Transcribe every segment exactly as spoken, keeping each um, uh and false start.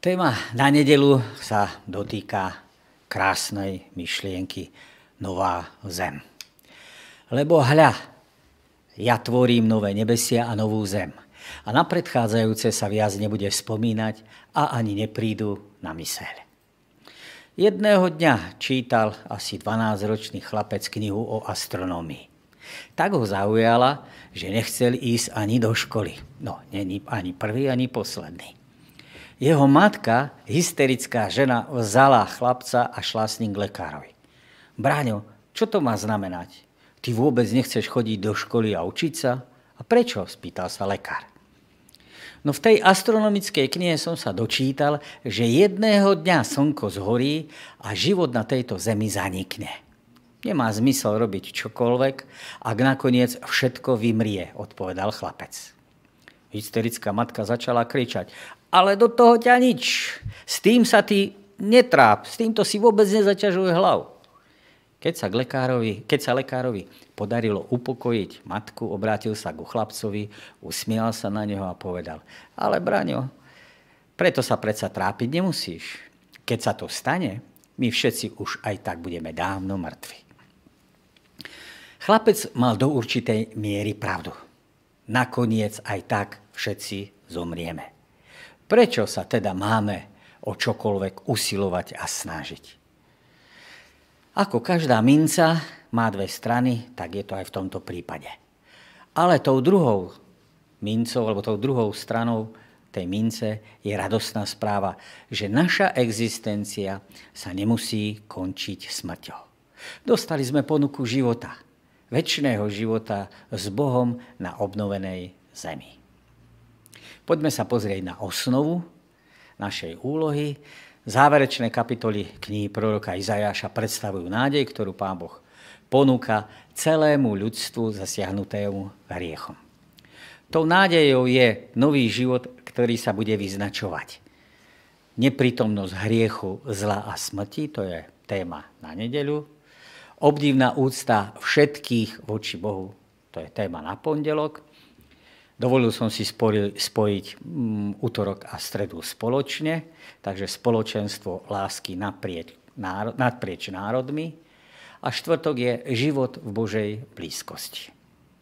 Téma na nedeľu sa dotýka krásnej myšlienky Nová zem. Lebo hľa, ja tvorím nové nebesia a novú zem. A na predchádzajúce sa viac nebude spomínať a ani neprídu na myseľ. Jedného dňa čítal asi dvanásťročný chlapec knihu o astronómii. Tak ho zaujala, že nechcel ísť ani do školy. No, není ani prvý, ani posledný. Jeho matka, hysterická žena, vzala chlapca a šla s ním k lekárovi. Bráňo, čo to má znamenať? Ty vôbec nechceš chodiť do školy a učiť sa? A prečo? Spýtal sa lekár. No v tej astronomickej knihe som sa dočítal, že jedného dňa slnko zhorí a život na tejto zemi zanikne. Nemá zmysel robiť čokoľvek, ak nakoniec všetko vymrie, odpovedal chlapec. Hysterická matka začala kričať, ale do toho ťa nič, s tým sa ty netráp, s týmto si vôbec nezaťažuj hlavu. Keď sa, k lekárovi, keď sa lekárovi podarilo upokojiť matku, obrátil sa ku chlapcovi, usmial sa na neho a povedal, ale Braňo, preto sa predsa trápiť nemusíš. Keď sa to stane, my všetci už aj tak budeme dávno mŕtvi. Chlapec mal do určitej miery pravdu. Nakoniec aj tak všetci zomrieme. Prečo sa teda máme o čokoľvek usilovať a snažiť? Ako každá minca má dve strany, tak je to aj v tomto prípade. Ale tou druhou mincou, alebo tou druhou stranou tej mince je radostná správa, že naša existencia sa nemusí končiť smrťou. Dostali sme ponuku života, večného života s Bohom na obnovenej zemi. Poďme sa pozrieť na osnovu našej úlohy. Záverečné kapitoly knihy proroka Izajáša predstavujú nádej, ktorú Pán Boh ponúka celému ľudstvu zasiahnutému hriechom. Tou nádejou je nový život, ktorý sa bude vyznačovať. Neprítomnosť hriechu, zla a smrti, to je téma na nedeľu. Obdivná úcta všetkých voči Bohu, to je téma na pondelok. Dovolil som si spojiť um, útorok a stredu spoločne, takže spoločenstvo lásky naprieč, národ, naprieč národmi. A štvrtok je život v Božej blízkosti.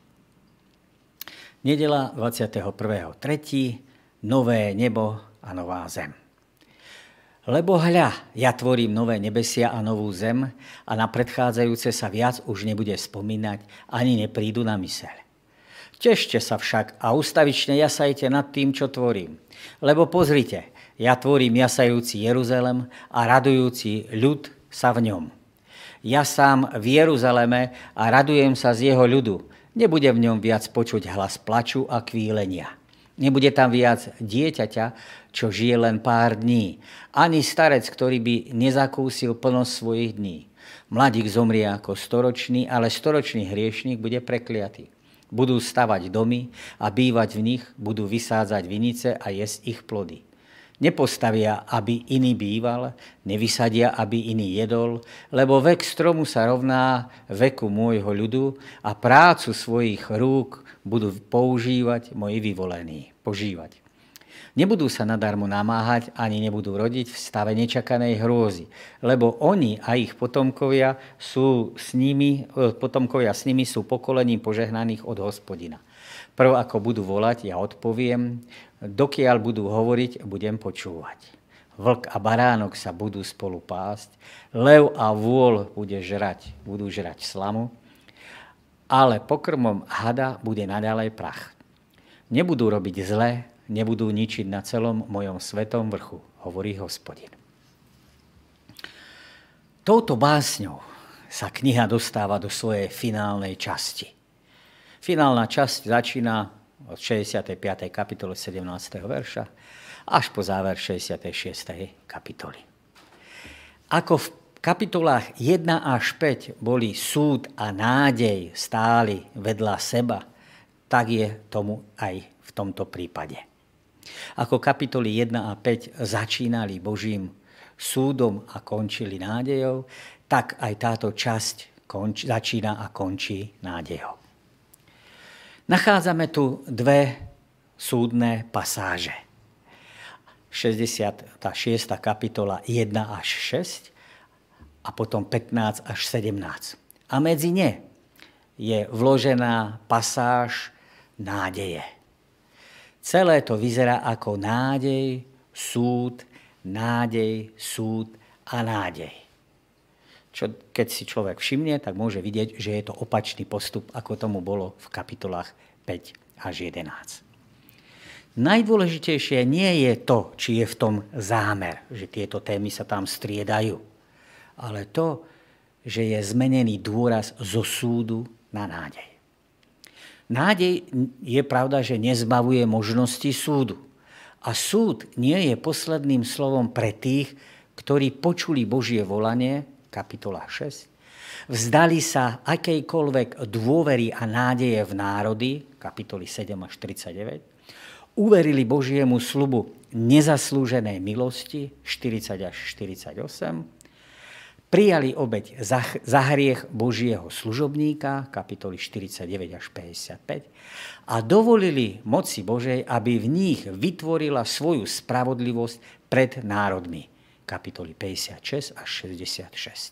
Nedeľa dvadsiateho prvého tretieho nové nebo a nová zem. Lebo hľa, ja tvorím nové nebesia a novú zem a na predchádzajúce sa viac už nebude spomínať, ani neprídu na myseľ. Tešte sa však a ustavične jasajte nad tým, čo tvorím. Lebo pozrite, ja tvorím jasajúci Jeruzalem a radujúci ľud sa v ňom. Ja sám v Jeruzaleme a radujem sa z jeho ľudu. Nebude v ňom viac počuť hlas plaču a kvílenia. Nebude tam viac dieťaťa, čo žije len pár dní. Ani starec, ktorý by nezakúsil plnosť svojich dní. Mladík zomrie ako storočný, ale storočný hriešník bude prekliatý. Budú stavať domy a bývať v nich, budú vysádzať vinice a jesť ich plody. Nepostavia, aby iný býval, nevysadia, aby iný jedol, lebo vek stromu sa rovná veku môjho ľudu a prácu svojich rúk budú používať moji vyvolení, požívať. Nebudú sa nadarmo namáhať, ani nebudú rodiť v stave nečakanej hrôzy, lebo oni a ich potomkovia sú s nimi, potomkovia s nimi sú pokolením požehnaných od Hospodina. Prv ako budú volať, ja odpoviem, dokiaľ budú hovoriť, budem počúvať. Vlk a baránok sa budú spolu pásť, lev a vôl bude žrať, budú žrať slamu, ale pokrmom hada bude naďalej prach. Nebudú robiť zle, nebudú ničiť na celom mojom svetom vrchu, hovorí Hospodin. Touto básňou sa kniha dostáva do svojej finálnej časti. Finálna časť začína od šesťdesiatej piatej kapitoly sedemnásteho verša až po záver šesťdesiatej šiestej kapitoly. Ako v kapitolách jeden až päť boli súd a nádej stáli vedľa seba, tak je tomu aj v tomto prípade. Ako kapitoly jeden a päť začínali Božím súdom a končili nádejou, tak aj táto časť konč, začína a končí nádejou. Nachádzame tu dve súdne pasáže. šesťdesiata šiesta kapitola jeden až šesť a potom pätnásť až sedemnásť. A medzi ne je vložená pasáž nádeje. Celé to vyzerá ako nádej, súd, nádej, súd a nádej. Čo keď si človek všimne, tak môže vidieť, že je to opačný postup, ako tomu bolo v kapitolách päť až jedenásť. Najdôležitejšie nie je to, či je v tom zámer, že tieto témy sa tam striedajú, ale to, že je zmenený dôraz zo súdu na nádej. Nádej je pravda, že nezbavuje možnosti súdu. A súd nie je posledným slovom pre tých, ktorí počuli Božie volanie, kapitola šesť, vzdali sa akejkoľvek dôvery a nádeje v národy, kapitoly sedem až tridsaťdeväť, uverili Božiemu sľubu nezaslúženej milosti, štyridsať až štyridsaťosem, prijali obeť za, za hriech Božieho služobníka, kapitoly štyridsaťdeväť až päťdesiatpäť, a dovolili moci Božej, aby v nich vytvorila svoju spravodlivosť pred národmi, kapitoly päťdesiatšesť až šesťdesiatšesť.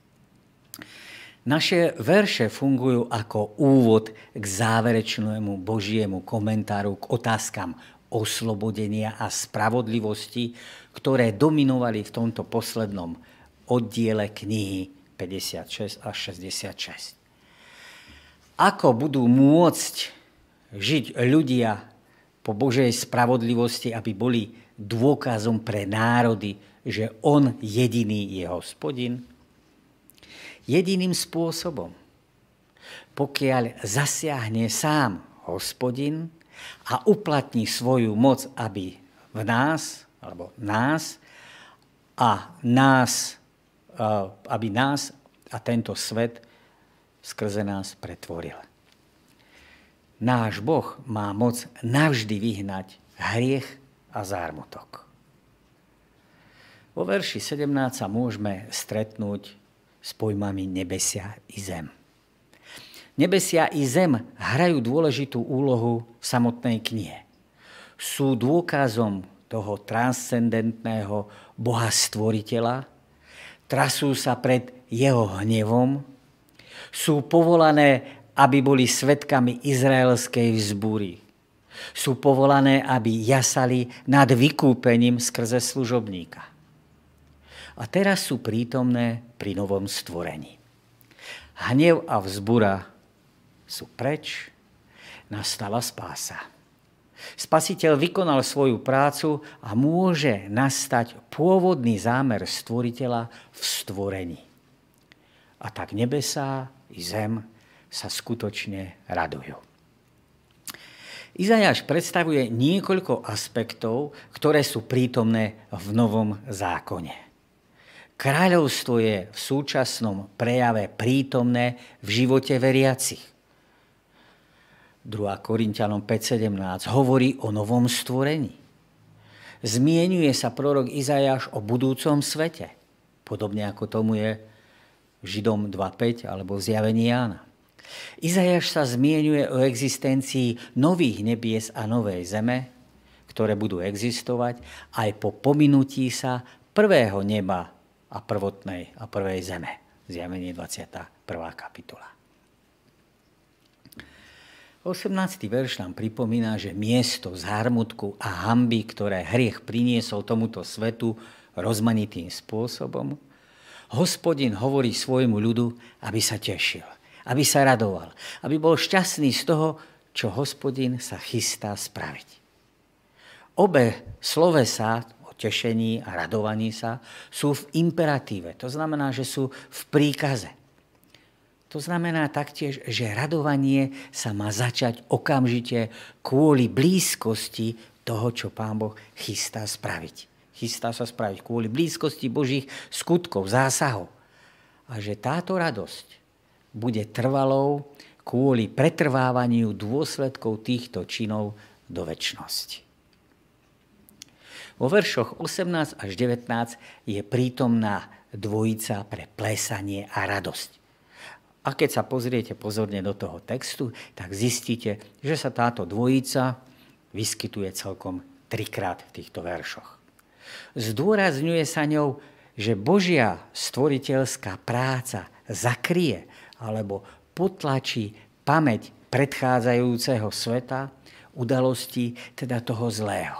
Naše verše fungujú ako úvod k záverečnému Božiemu komentáru k otázkam oslobodenia a spravodlivosti, ktoré dominovali v tomto poslednom oddiele knihy päťdesiatšesť až šesťdesiatšesť. Ako budú môcť žiť ľudia po Božej spravodlivosti, aby boli dôkazom pre národy, že on jediný je Hospodin? Jediným spôsobom, pokiaľ zasiahne sám Hospodin a uplatní svoju moc, aby v nás, alebo nás a nás aby nás a tento svet skrze nás pretvoril. Náš Boh má moc navždy vyhnať hriech a zármutok. Vo verši sedemnásť sa môžeme stretnúť s pojmami nebesia i zem. Nebesia i zem hrajú dôležitú úlohu v samotnej knihe. Sú dôkazom toho transcendentného Boha stvoriteľa, trasú sa pred jeho hnevom, sú povolané, aby boli svedkami izraelskej vzbúry. Sú povolané, aby jasali nad vykúpením skrze služobníka. A teraz sú prítomné pri novom stvorení. Hnev a vzbúra sú preč, nastala spása. Spasiteľ vykonal svoju prácu a môže nastať pôvodný zámer stvoriteľa v stvorení. A tak nebesá i zem sa skutočne radujú. Izajáš predstavuje niekoľko aspektov, ktoré sú prítomné v Novom zákone. Kráľovstvo je v súčasnom prejave prítomné v živote veriacich. druhá Korinťanom päť sedemnásť hovorí o novom stvorení. Zmienuje sa prorok Izajáš o budúcom svete, podobne ako tomu je Židom dva päť alebo v Zjavení Jána. Izajáš sa zmienuje o existencii nových nebies a novej zeme, ktoré budú existovať aj po pominutí sa prvého neba a prvotnej a prvej zeme. Zjavenie dvadsiata prvá kapitola. osemnásty verš nám pripomína, že miesto zármutku a hanby, ktoré hriech priniesol tomuto svetu rozmanitým spôsobom, Hospodin hovorí svojmu ľudu, aby sa tešil, aby sa radoval, aby bol šťastný z toho, čo Hospodin sa chystá spraviť. Obe slovesá o tešení a radovaní sa sú v imperatíve, to znamená, že sú v príkaze. To znamená taktiež, že radovanie sa má začať okamžite kvôli blízkosti toho, čo Pán Boh chystá spraviť. Chystá sa spraviť kvôli blízkosti Božích skutkov, zásahov. A že táto radosť bude trvalou kvôli pretrvávaniu dôsledkov týchto činov do večnosti. Vo veršoch osemnásť až devätnásť je prítomná dvojica pre plesanie a radosť. A keď sa pozriete pozorne do toho textu, tak zistíte, že sa táto dvojica vyskytuje celkom trikrát v týchto veršoch. Zdôrazňuje sa ňou, že Božia stvoriteľská práca zakrie alebo potlačí pamäť predchádzajúceho sveta, udalostí, teda toho zlého.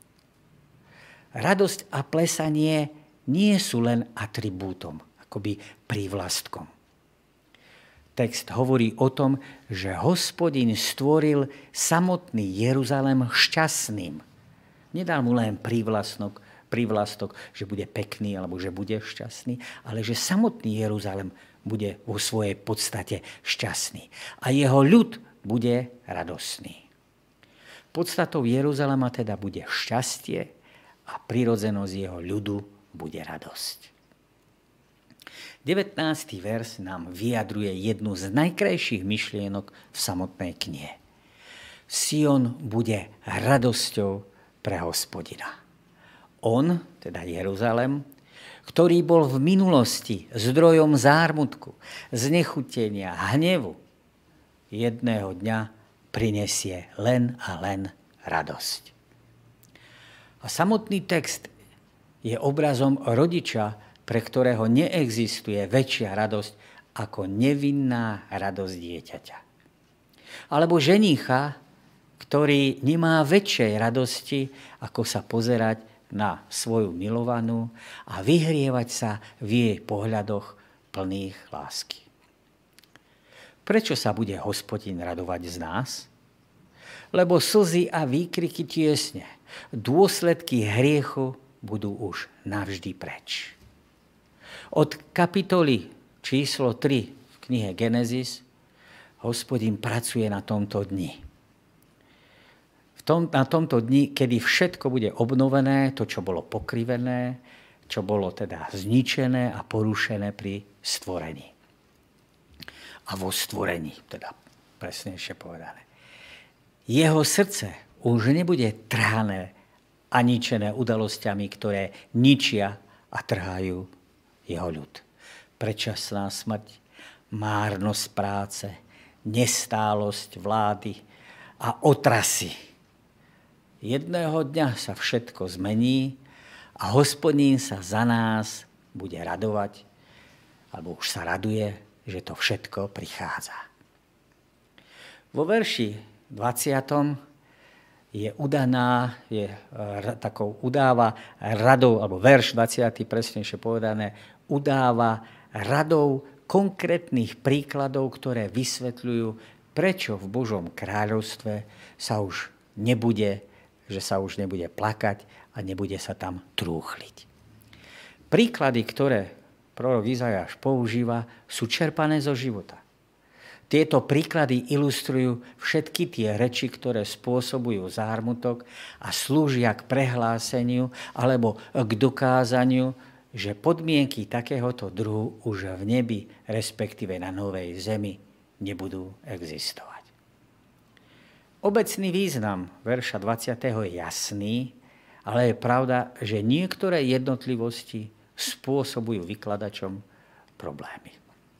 Radosť a plesanie nie sú len atribútom, akoby prívlastkom. Text hovorí o tom, že Hospodin stvoril samotný Jeruzalém šťastným. Nedal mu len prívlastok, prívlastok, že bude pekný alebo že bude šťastný, ale že samotný Jeruzalém bude vo svojej podstate šťastný. A jeho ľud bude radostný. Podstatou Jeruzalema teda bude šťastie a prirodzenosť jeho ľudu bude radosť. devätnásty verš nám vyjadruje jednu z najkrajších myšlienok v samotnej knihe. Sion bude radosťou pre Hospodina. On, teda Jeruzalem, ktorý bol v minulosti zdrojom zármutku, znechutenia, hnevu, jedného dňa prinesie len a len radosť. A samotný text je obrazom rodiča, pre ktorého neexistuje väčšia radosť ako nevinná radosť dieťaťa. Alebo ženícha, ktorý nemá väčšej radosti, ako sa pozerať na svoju milovanú a vyhrievať sa v jej pohľadoch plných lásky. Prečo sa bude Hospodin radovať z nás? Lebo slzy a výkriky tiesne, dôsledky hriechu budú už navždy preč. Od kapitoly číslo tri v knihe Genesis Hospodin pracuje na tomto dni. V tom, na tomto dni, kedy všetko bude obnovené, to, čo bolo pokrivené, čo bolo teda zničené a porušené pri stvorení. A vo stvorení, teda presnejšie povedané. Jeho srdce už nebude trhané a ničené udalosťami, ktoré ničia a trhajú jeho ľud. Predčasná smrť, márnosť práce, nestálosť vlády a otrasy. Jedného dňa sa všetko zmení a Hospodín sa za nás bude radovať, alebo už sa raduje, že to všetko prichádza. Vo verši dvadsiatom je udaná, je takou udáva radou, alebo verš dvadsiaty presnejšie povedané, udáva radou konkrétnych príkladov, ktoré vysvetľujú, prečo v Božom kráľovstve sa už nebude, že sa už nebude plakať a nebude sa tam trúchliť. Príklady, ktoré prorok Izajáš používa, sú čerpané zo života. Tieto príklady ilustrujú všetky tie reči, ktoré spôsobujú zármutok a slúžia k prehláseniu alebo k dokázaniu, že podmienky takéhoto druhu už v nebi, respektíve na novej zemi, nebudú existovať. Obecný význam verša dvadsiateho je jasný, ale je pravda, že niektoré jednotlivosti spôsobujú vykladačom problémy.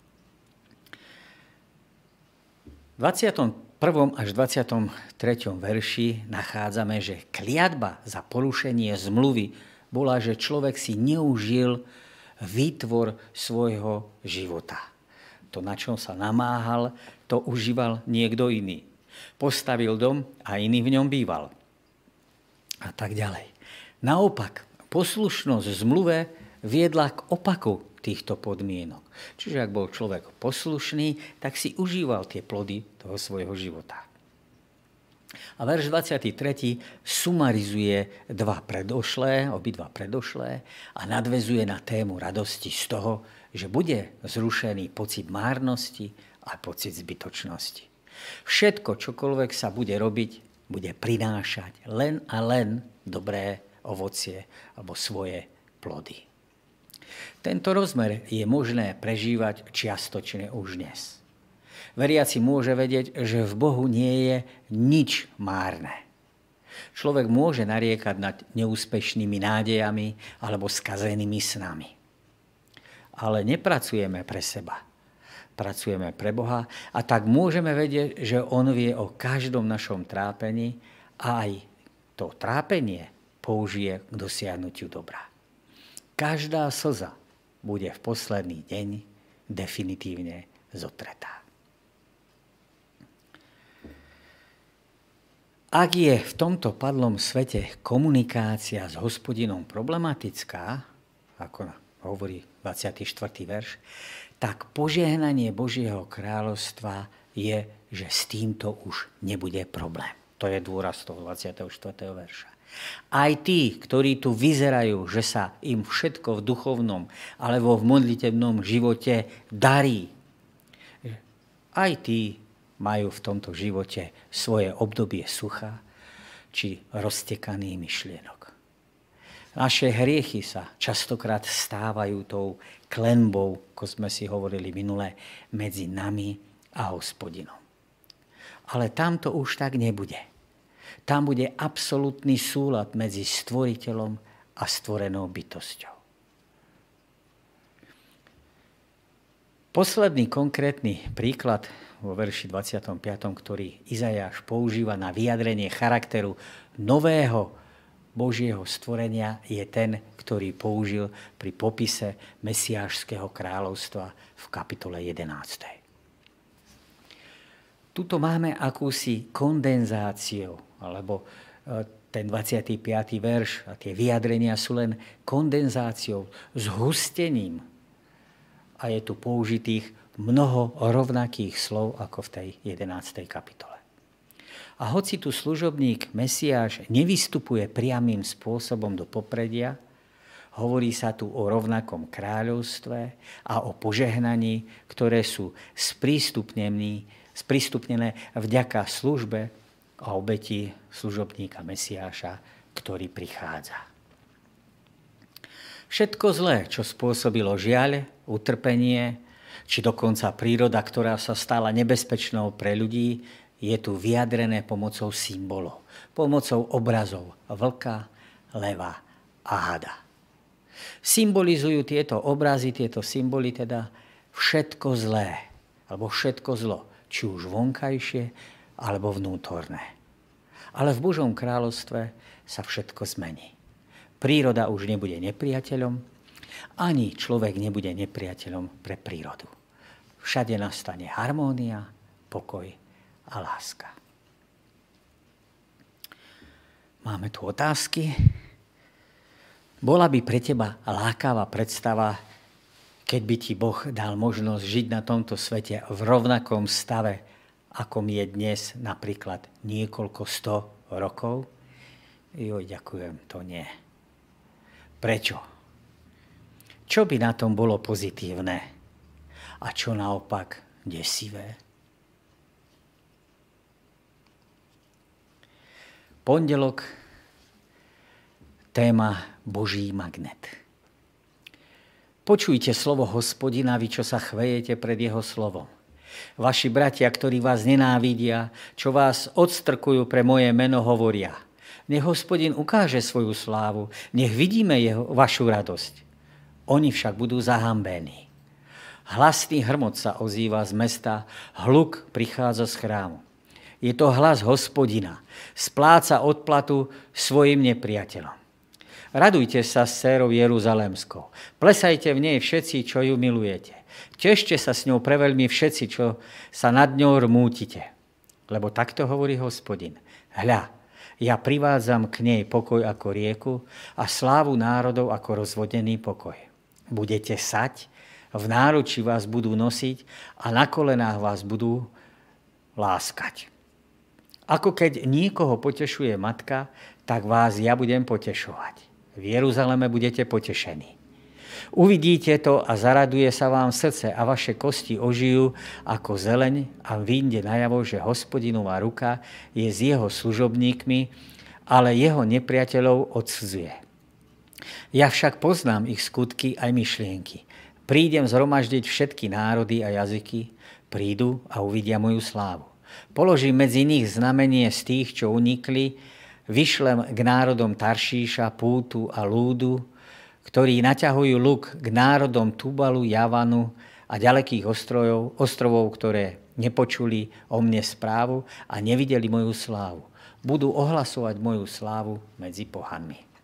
V dvadsiatom prvom až dvadsiatom treťom verši nachádzame, že kliatba za porušenie zmluvy bola, že človek si neužil výtvor svojho života. To, na čom sa namáhal, to užíval niekto iný. Postavil dom a iný v ňom býval. A tak ďalej. Naopak, poslušnosť zmluve viedla k opaku týchto podmienok. Čiže ak bol človek poslušný, tak si užíval tie plody toho svojho života. A verš dvadsiaty tretí sumarizuje dva predošlé, obidva predošlé a nadväzuje na tému radosti z toho, že bude zrušený pocit márnosti a pocit zbytočnosti. Všetko, čokoľvek sa bude robiť, bude prinášať len a len dobré ovocie alebo svoje plody. Tento rozmer je možné prežívať čiastočne už dnes. Veriaci môže vedieť, že v Bohu nie je nič márne. Človek môže nariekať nad neúspešnými nádejami alebo skazenými snami. Ale nepracujeme pre seba. Pracujeme pre Boha a tak môžeme vedieť, že On vie o každom našom trápení a aj to trápenie použije k dosiahnutiu dobra. Každá slza bude v posledný deň definitívne zotretá. Ak je v tomto padlom svete komunikácia s Hospodinom problematická, ako hovorí dvadsiaty štvrtý verš, tak požehnanie Božieho kráľovstva je, že s týmto už nebude problém. To je dôraz toho dvadsiateho štvrtého verša. Aj tí, ktorí tu vyzerajú, že sa im všetko v duchovnom alebo v modlitebnom živote darí, aj tí majú v tomto živote svoje obdobie sucha či roztekaných myšlienok. Naše hriechy sa častokrát stávajú tou klenbou, ako sme si hovorili minule, medzi nami a Hospodinom. Ale tam to už tak nebude. Tam bude absolútny súlad medzi stvoriteľom a stvorenou bytosťou. Posledný konkrétny príklad vo verši dvadsiatom piatom, ktorý Izajáš používa na vyjadrenie charakteru nového Božieho stvorenia, je ten, ktorý použil pri popise Mesiášskeho kráľovstva v kapitole jedenástej. Tuto máme akúsi kondenzáciu, alebo ten dvadsiaty piaty verš a tie vyjadrenia sú len kondenzáciou, zhustením. A je tu použitých mnoho rovnakých slov ako v tej jedenástej kapitole. A hoci tu služobník Mesiáš nevystupuje priamým spôsobom do popredia, hovorí sa tu o rovnakom kráľovstve a o požehnaní, ktoré sú sprístupnené vďaka službe a obeti služobníka Mesiáša, ktorý prichádza. Všetko zlé, čo spôsobilo žiaľ, utrpenie, či dokonca príroda, ktorá sa stala nebezpečnou pre ľudí, je tu vyjadrené pomocou symbolov, pomocou obrazov vlka, leva a hada. Symbolizujú tieto obrazy, tieto symboly teda všetko zlé, alebo všetko zlo, či už vonkajšie, alebo vnútorné. Ale v Božom kráľovstve sa všetko zmení. Príroda už nebude nepriateľom, ani človek nebude nepriateľom pre prírodu. Všade nastane harmónia, pokoj a láska. Máme tu otázky. Bola by pre teba lákavá predstava, keď by ti Boh dal možnosť žiť na tomto svete v rovnakom stave, akom je dnes napríklad niekoľko sto rokov? Joj, ďakujem, to nie. Prečo? Čo by na tom bolo pozitívne? A čo naopak desivé? Pondelok, téma Boží magnet. Počujte slovo Hospodina, vy, čo sa chvejete pred jeho slovom. Vaši bratia, ktorí vás nenávidia, čo vás odstrkujú pre moje meno, hovoria: nech Hospodin ukáže svoju slávu, nech vidíme jeho, vašu radosť. Oni však budú zahambení. Hlasný hrmot sa ozýva z mesta, hluk prichádza z chrámu. Je to hlas Hospodina, spláca odplatu svojim nepriateľom. Radujte sa s dcérou Jeruzalémskou, plesajte v nej všetci, čo ju milujete. Tešte sa s ňou preveľmi všetci, čo sa nad ňou rmútite. Lebo takto hovorí Hospodin: hľa, ja privádzam k nej pokoj ako rieku a slávu národov ako rozvodený pokoj. Budete sať, v náruči vás budú nosiť a na kolenách vás budú láskať. Ako keď niekoho potešuje matka, tak vás ja budem potešovať. V Jeruzaleme budete potešení. Uvidíte to a zaraduje sa vám srdce a vaše kosti ožijú ako zeleň a vyjde najavo, že Hospodinová ruka je s jeho služobníkmi, ale jeho nepriateľov odsudzuje. Ja však poznám ich skutky aj myšlienky. Prídem zhromaždiť všetky národy a jazyky, prídu a uvidia moju slávu. Položím medzi nich znamenie z tých, čo unikli, vyšlem k národom Taršíša, Pútu a Lúdu, ktorí naťahujú luk k národom Tubalu, Javanu a ďalekých ostrovov, ostrovov, ktoré nepočuli o mne správu a nevideli moju slávu. Budú ohlasovať moju slávu medzi pohanmi.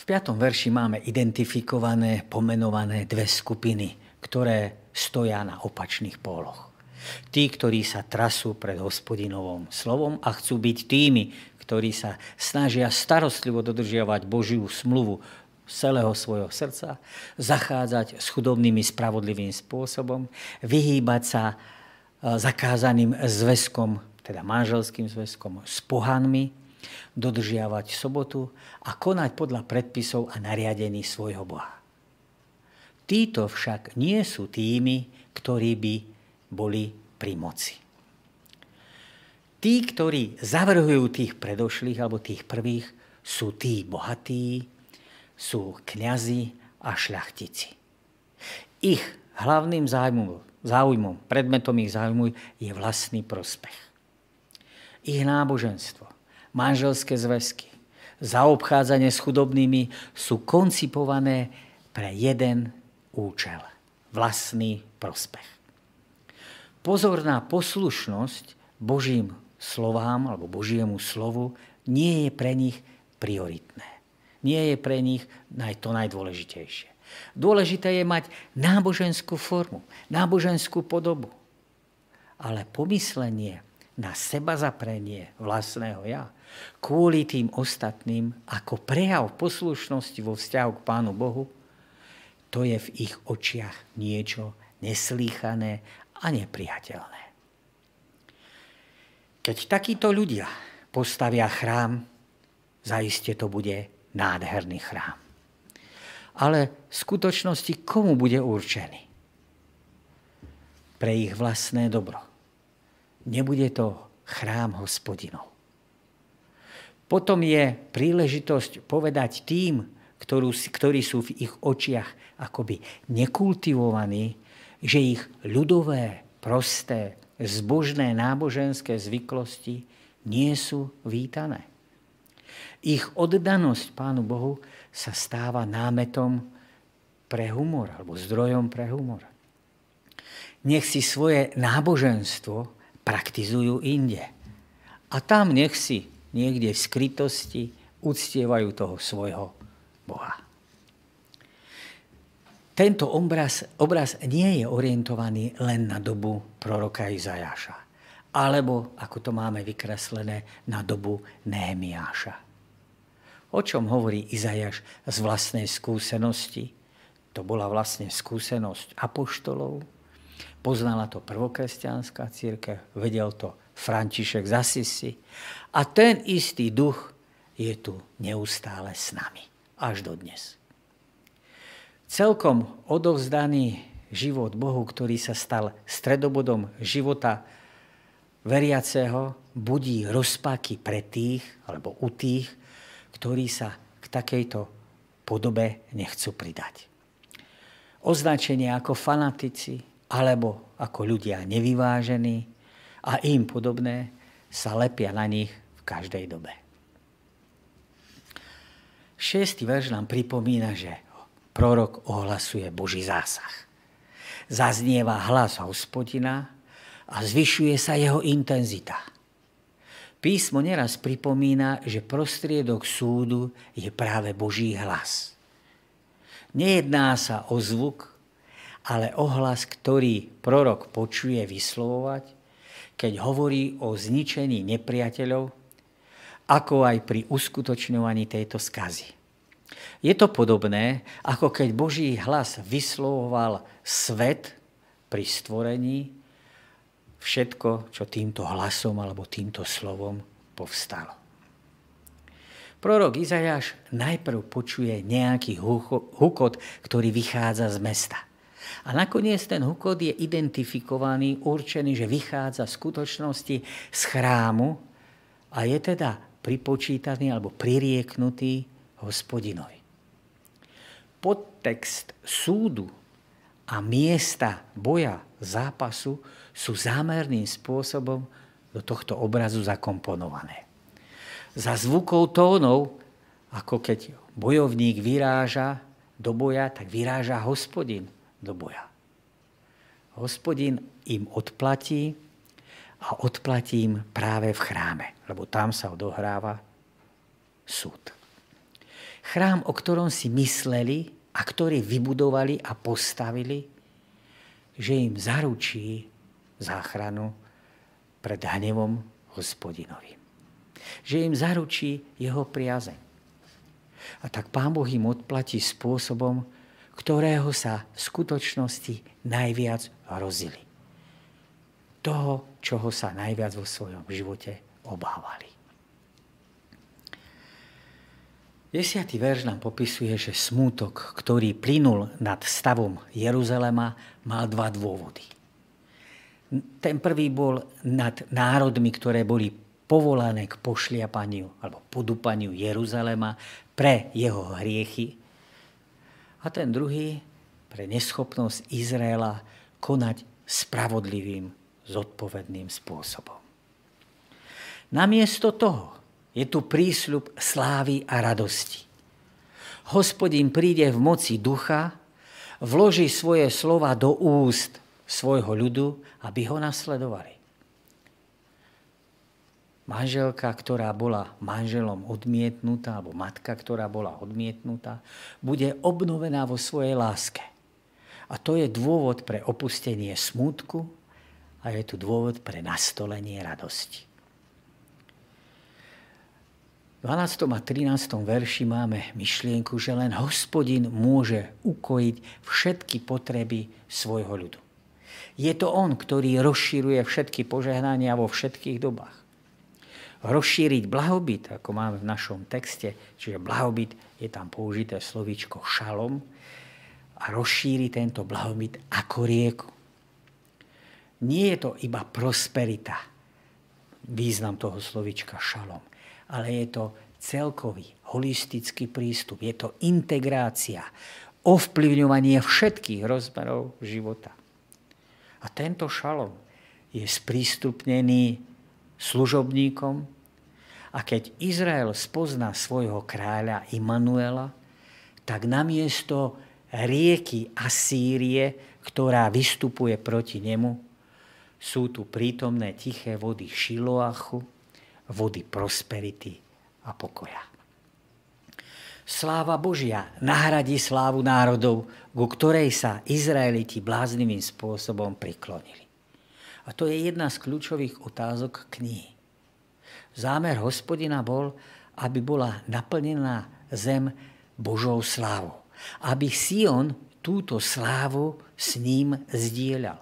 V piatom verši máme identifikované, pomenované dve skupiny, ktoré stoja na opačných póloch. Tí, ktorí sa trasú pred Hospodinovým slovom a chcú byť tými, ktorí sa snažia starostlivo dodržiavať Božiu smluvu z celého svojho srdca, zachádzať s chudobnými spravodlivým spôsobom, vyhýbať sa zakázaným zväzkom, teda manželským zväzkom s pohanmi, dodržiavať sobotu a konať podľa predpisov a nariadení svojho Boha. Títo však nie sú tými, ktorí by boli pri moci. Tí, ktorí zavrhujú tých predošlých alebo tých prvých, sú tí bohatí, sú kňazi a šľachtici. Ich hlavným záujmom, záujmom, predmetom ich záujmu je vlastný prospech. Ich náboženstvo, manželské zväzky, zaobchádzanie s chudobnými sú koncipované pre jeden účel. Vlastný prospech. Pozorná poslušnosť Božím slovám alebo Božiemu slovu nie je pre nich prioritné. Nie je pre nich to najdôležitejšie. Dôležité je mať náboženskú formu, náboženskú podobu. Ale pomyslenie na seba zaprenie vlastného ja kvôli tým ostatným ako prejav poslušnosti vo vzťahu k Pánu Bohu, to je v ich očiach niečo neslýchané a nepriateľné. Keď takíto ľudia postavia chrám, zaiste to bude nádherný chrám. Ale v skutočnosti komu bude určený? Pre ich vlastné dobro. Nebude to chrám Hospodinov. Potom je príležitosť povedať tým, ktorú, ktorí sú v ich očiach akoby nekultivovaní, že ich ľudové, prosté, zbožné náboženské zvyklosti nie sú vítané. Ich oddanosť Pánu Bohu sa stáva námetom pre humor alebo zdrojom pre humor. Nech si svoje náboženstvo praktizujú inde. A tam nech si niekde v skrytosti uctievajú toho svojho Boha. Tento obraz, obraz nie je orientovaný len na dobu proroka Izajáša, alebo, ako to máme vykreslené, na dobu Nehemiáša. O čom hovorí Izajáš z vlastnej skúsenosti? To bola vlastne skúsenosť apoštolov, poznala to prvokresťanská cirkev, vedel to František z Assisi a ten istý duch je tu neustále s nami, až do dnes. Celkom odovzdaný život Bohu, ktorý sa stal stredobodom života veriaceho, budí rozpaky pre tých, alebo u tých, ktorí sa k takejto podobe nechcú pridať. Označenie ako fanatici, alebo ako ľudia nevyvážení a im podobné sa lepia na nich v každej dobe. Šiestý verš nám pripomína, že prorok ohlasuje Boží zásah. Zaznieva hlas Hospodina a zvyšuje sa jeho intenzita. Písmo neraz pripomína, že prostriedok súdu je práve Boží hlas. Nejedná sa o zvuk, ale o hlas, ktorý prorok počuje vyslovovať, keď hovorí o zničení nepriateľov, ako aj pri uskutočňovaní tejto skazy. Je to podobné, ako keď Boží hlas vyslovoval svet pri stvorení, všetko, čo týmto hlasom alebo týmto slovom povstalo. Prorok Izajáš najprv počuje nejaký hukot, ktorý vychádza z mesta. A nakoniec ten hukot je identifikovaný, určený, že vychádza v skutočnosti z chrámu a je teda pripočítaný alebo pririeknutý Hospodinovi. Podtext súdu a miesta boja, zápasu sú zámerným spôsobom do tohto obrazu zakomponované. Za zvukov tónov, ako keď bojovník vyráža do boja, tak vyráža Hospodin do boja. Hospodin im odplatí a odplatí im práve v chráme, lebo tam sa odohráva súd. Chrám, o ktorom si mysleli a ktorý vybudovali a postavili, že im zaručí záchranu pred hnevom Hospodinovým. Že im zaručí jeho priazeň. A tak Pán Boh im odplatí spôsobom, ktorého sa v skutočnosti najviac hrozili. Toho, čoho sa najviac vo svojom živote obávali. Desiatý verš nám popisuje, že smútok, ktorý plynul nad stavom Jeruzalema, mal dva dôvody. Ten prvý bol nad národmi, ktoré boli povolané k pošliapaniu alebo podúpaniu Jeruzalema pre jeho hriechy. A ten druhý pre neschopnosť Izraela konať spravodlivým, zodpovedným spôsobom. Namiesto toho je tu prísľub slávy a radosti. Hospodin príde v moci ducha, vloží svoje slova do úst svojho ľudu, aby ho nasledovali. Manželka, ktorá bola manželom odmietnutá, alebo matka, ktorá bola odmietnutá, bude obnovená vo svojej láske. A to je dôvod pre opustenie smútku a je tu dôvod pre nastolenie radosti. V dvanástom a trinástom verši máme myšlienku, že len Hospodin môže ukojiť všetky potreby svojho ľudu. Je to on, ktorý rozširuje všetky požehnania vo všetkých dobách. Rozšíriť blahobyt, ako máme v našom texte, čiže blahobyt je tam použité slovíčko šalom, a rozšíri tento blahobyt ako rieku. Nie je to iba prosperita, význam toho slovíčka šalom, ale je to celkový, holistický prístup. Je to integrácia, ovplyvňovanie všetkých rozmerov života. A tento šalom je sprístupnený služobníkom a keď Izrael spozná svojho kráľa Imanuela, tak namiesto rieky Asýrie, ktorá vystupuje proti nemu, sú tu prítomné tiché vody Šiloachu, vody prosperity a pokoja. Sláva Božia nahradí slávu národov, ku ktorej sa Izraeliti bláznivým spôsobom priklonili. A to je jedna z kľúčových otázok knihy. Zámer Hospodina bol, aby bola naplnená zem Božou slávou. Aby Sion túto slávu s ním zdieľal.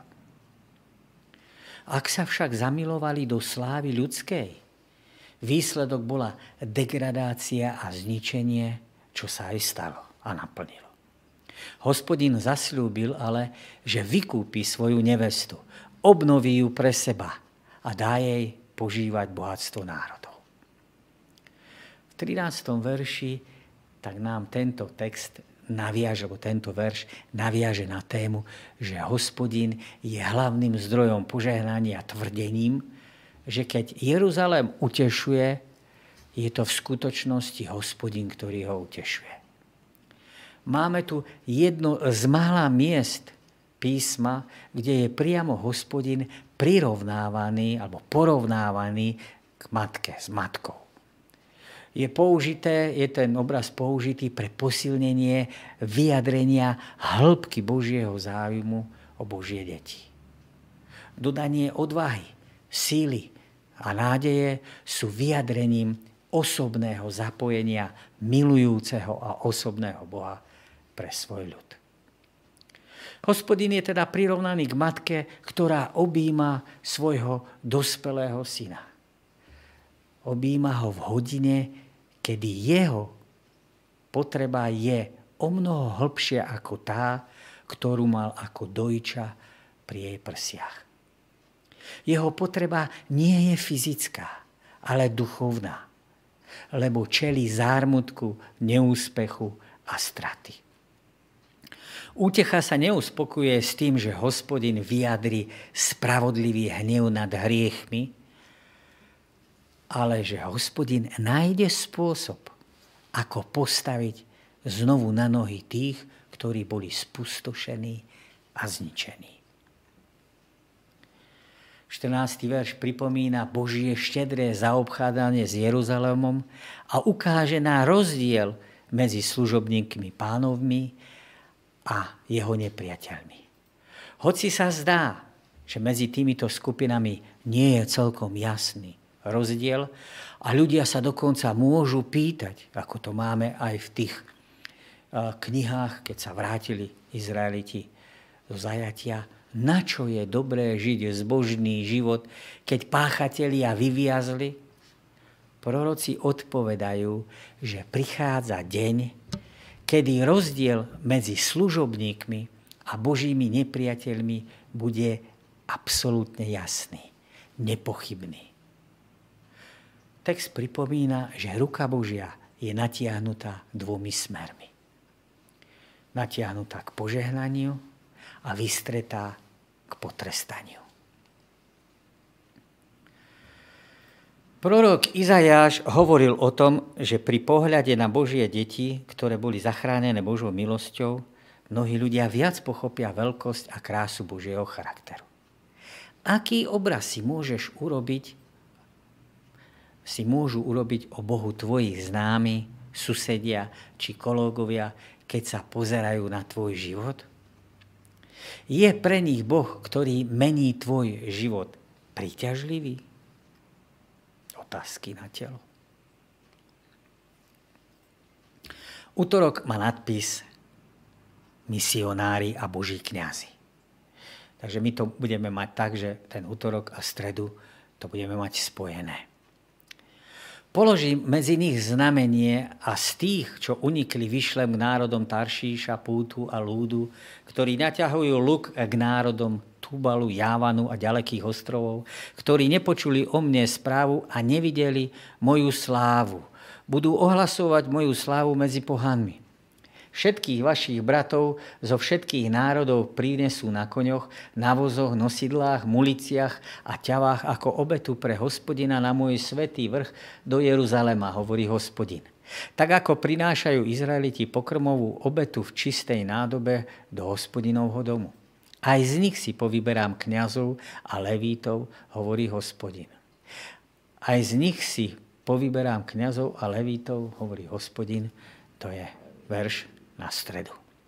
Ak sa však zamilovali do slávy ľudskej, výsledok bola degradácia a zničenie, čo sa aj stalo a naplnilo. Hospodin zasľúbil ale, že vykúpi svoju nevestu, obnoví ju pre seba a dá jej požívať bohatstvo národov. V trinástom verši tak nám tento text naviaže, alebo tento verš naviaže na tému, že Hospodin je hlavným zdrojom požehnania tvrdením, že keď Jeruzalém utešuje, je to v skutočnosti Hospodin, ktorý ho utešuje. Máme tu jedno z mála miest písma, kde je priamo Hospodin prirovnávaný alebo porovnávaný k matke, s matkou. Je použité, je ten obraz použitý pre posilnenie vyjadrenia hĺbky Božieho záujmu o Božie deti. Dodanie odvahy, síly a nádeje sú vyjadrením osobného zapojenia milujúceho a osobného Boha pre svoj ľud. Hospodin je teda prirovnaný k matke, ktorá objíma svojho dospelého syna. Objíma ho v hodine, kedy jeho potreba je o mnoho hlbšia ako tá, ktorú mal ako dojča pri jej prsiach. Jeho potreba nie je fyzická, ale duchovná, lebo čelí zármutku, neúspechu a straty. Útecha sa neuspokuje s tým, že Hospodin vyjadri spravodlivý hnev nad hriechmi, ale že Hospodin nájde spôsob, ako postaviť znovu na nohy tých, ktorí boli spustošení a zničení. štrnásty verš pripomína Božie štedré zaobchádzanie s Jeruzalémom a ukáže na rozdiel medzi služobníkmi pánovmi a jeho nepriateľmi. Hoci sa zdá, že medzi týmito skupinami nie je celkom jasný rozdiel a ľudia sa dokonca môžu pýtať, ako to máme aj v tých knihách, keď sa vrátili Izraeliti zo zajatia, na čo je dobré žiť zbožný život, keď páchatelia vyviazli? Proroci odpovedajú, že prichádza deň, kedy rozdiel medzi služobníkmi a Božími nepriateľmi bude absolútne jasný, nepochybný. Text pripomína, že ruka Božia je natiahnutá dvomi smermi. Natiahnutá k požehnaniu a vystretá k potrestaniu. Prorok Izajáš hovoril o tom, že pri pohľade na Božie deti, ktoré boli zachránené Božou milosťou, mnohí ľudia viac pochopia veľkosť a krásu Božieho charakteru. Aký obraz si môžeš urobiť, si môžu urobiť o Bohu tvoji známi, susedia či kolegovia, keď sa pozerajú na tvoj život? Je pre nich Boh, ktorý mení tvoj život, príťažlivý? Otázky na telo. Utorok má nadpis Misionári a Boží kňazi. Takže my to budeme mať tak, že ten utorok a stredu to budeme mať spojené. Položím medzi nich znamenie a z tých, čo unikli, vyšlem k národom Taršíša, Pútu a Lúdu, ktorí naťahujú luk k národom Tubalu, Jávanu a ďalekých ostrovov, ktorí nepočuli o mne správu a nevideli moju slávu. Budú ohlasovať moju slávu medzi pohanmi. Všetkých vašich bratov zo všetkých národov prinesú na koňoch, na vozoch, nosidlách, muliciach a ťavách ako obetu pre Hospodina na môj svätý vrch do Jeruzalema, hovorí Hospodin. Tak ako prinášajú Izraeliti pokrmovú obetu v čistej nádobe do Hospodinovho domu. Aj z nich si povyberám kňazov a levítov, hovorí Hospodin. Aj z nich si povyberám kňazov a levítov, hovorí Hospodin. To je verš na stredu.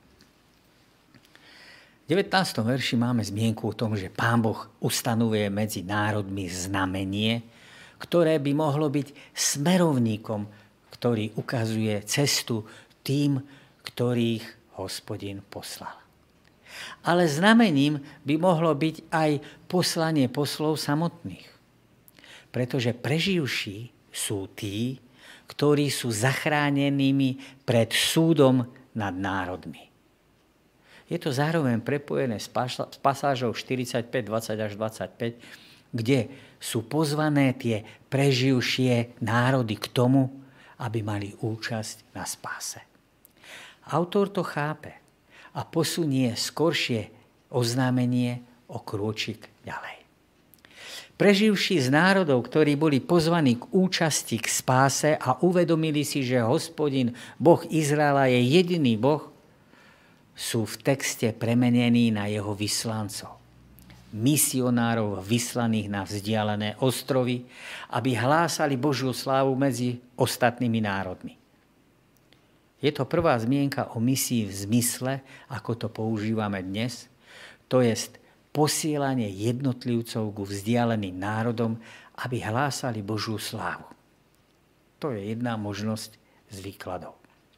V devätnástom verši máme zmienku o tom, že Pán Boh ustanovuje medzi národmi znamenie, ktoré by mohlo byť smerovníkom, ktorý ukazuje cestu tým, ktorých Hospodin poslal. Ale znamením by mohlo byť aj poslanie poslov samotných. Pretože preživší sú tí, ktorí sú zachránenými pred súdom nad národmi. Je to zároveň prepojené s pasážou štyridsaťpäť, dvadsať až dvadsaťpäť, kde sú pozvané tie preživšie národy k tomu, aby mali účasť na spáse. Autor to chápe a posunie skoršie oznámenie o krôčik ďalej. Preživší z národov, ktorí boli pozvaní k účasti k spáse a uvedomili si, že Hospodin, Boh Izraela je jediný Boh, sú v texte premenení na jeho vyslancov. Misionárov vyslaných na vzdialené ostrovy, aby hlásali Božiu slávu medzi ostatnými národmi. Je to prvá zmienka o misii v zmysle, ako to používame dnes, to jest posielanie jednotlivcov ku vzdialeným národom, aby hlásali Božiu slávu. To je jedna možnosť z výkladov.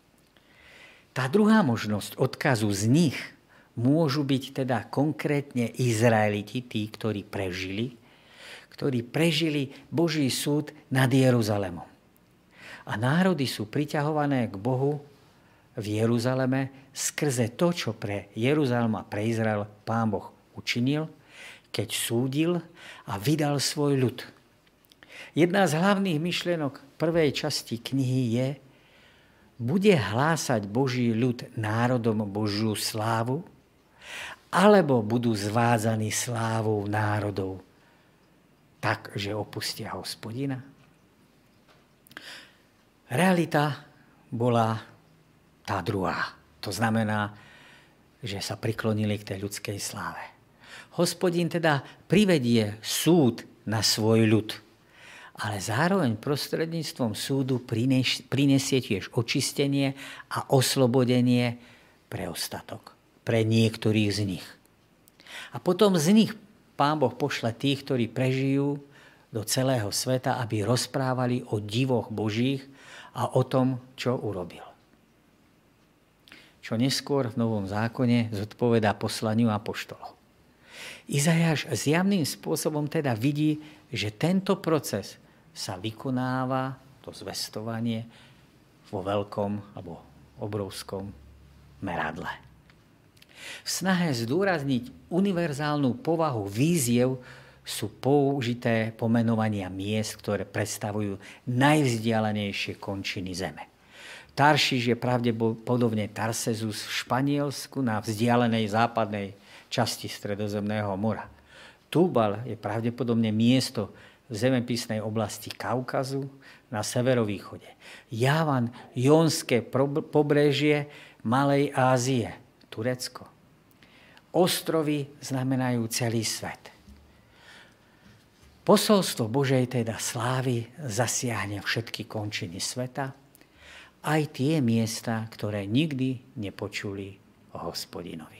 Tá druhá možnosť odkazu z nich môžu byť teda konkrétne Izraeliti, tí, ktorí prežili, ktorí prežili Boží súd nad Jeruzalemom. A národy sú priťahované k Bohu v Jeruzaleme skrze to, čo pre Jeruzalem a pre Izrael Pán Boh učinil, keď súdil a vydal svoj ľud. Jedna z hlavných myšlienok prvej časti knihy je, bude hlásať Boží ľud národom Božiu slávu, alebo budú zvádzaní slávou národov tak, že opustia Hospodina? Realita bola tá druhá. To znamená, že sa priklonili k tej ľudskej sláve. Hospodin teda privedie súd na svoj ľud. ale zároveň prostredníctvom súdu prinesie tiež očistenie a oslobodenie pre ostatok, pre niektorých z nich. A potom z nich Pán Boh pošle tých, ktorí prežijú do celého sveta, aby rozprávali o divoch Božích a o tom, čo urobil. Čo neskôr v Novom zákone zodpovedá poslaniu apoštolov. Izajáš zjavným spôsobom teda vidí, že tento proces sa vykonáva, to zvestovanie, vo veľkom alebo obrovskom meradle. V snahe zdôrazniť univerzálnu povahu víziev sú použité pomenovania miest, ktoré predstavujú najvzdialenejšie končiny zeme. Taršíš je pravdepodobne Tarsezus v Španielsku na vzdialenej západnej časti Stredozemného mora. Túbal je pravdepodobne miesto v zemepisnej oblasti Kaukazu na severovýchode. Jávan, Jónske pobrežie Malej Ázie, Turecko. Ostrovy znamenajú celý svet. Posolstvo Božej teda slávy zasiahne všetky končiny sveta, aj tie miesta, ktoré nikdy nepočuli o Hospodinovi.